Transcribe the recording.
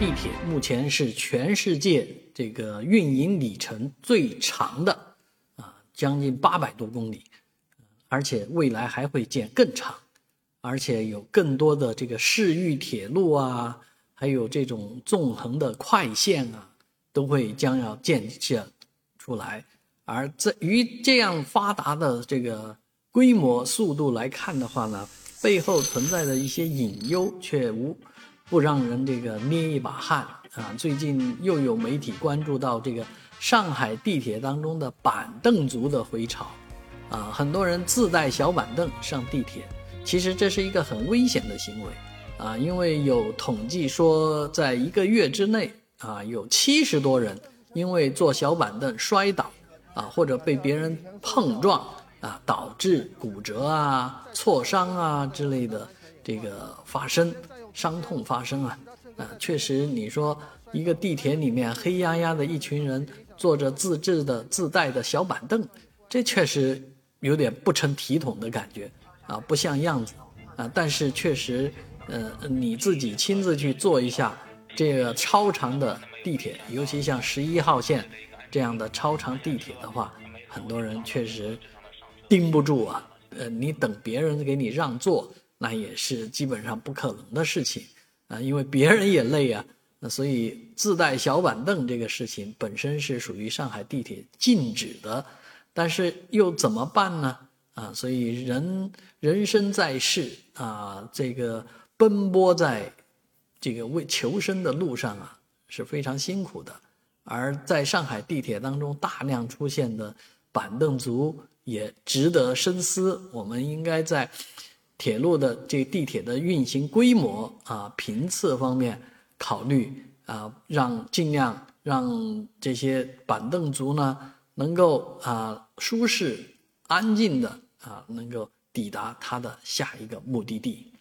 地铁目前是全世界这个运营里程最长的将近800多公里，而且未来还会建更长，而且有更多的这个市域铁路啊，还有这种纵横的快线啊，都会将要建设出来。而于这样发达的这个规模速度来看的话呢，背后存在的一些隐忧却不让人这个捏一把汗啊！最近又有媒体关注到这个上海地铁当中的板凳族的回潮啊，很多人自带小板凳上地铁，其实这是一个很危险的行为啊，因为有统计说，在1个月之内啊，有70多人因为坐小板凳摔倒啊，或者被别人碰撞啊，导致骨折啊、挫伤啊之类的这个伤痛发生啊。确实你说一个地铁里面黑压压的一群人坐着自带的小板凳，这确实有点不成体统的感觉啊，不像样子啊。但是确实你自己亲自去坐一下这个超长的地铁，尤其像11号线这样的超长地铁的话，很多人确实盯不住啊。你等别人给你让座，那也是基本上不可能的事情啊，因为别人也累啊。所以自带小板凳这个事情本身是属于上海地铁禁止的，但是又怎么办呢？啊，所以人生在世啊，这个奔波在这个为求生的路上啊，是非常辛苦的。而在上海地铁当中大量出现的板凳族也值得深思，我们应该在铁路的地铁的运行规模啊、频次方面考虑啊，尽量让这些板凳族呢能够舒适安静的能够抵达他的下一个目的地。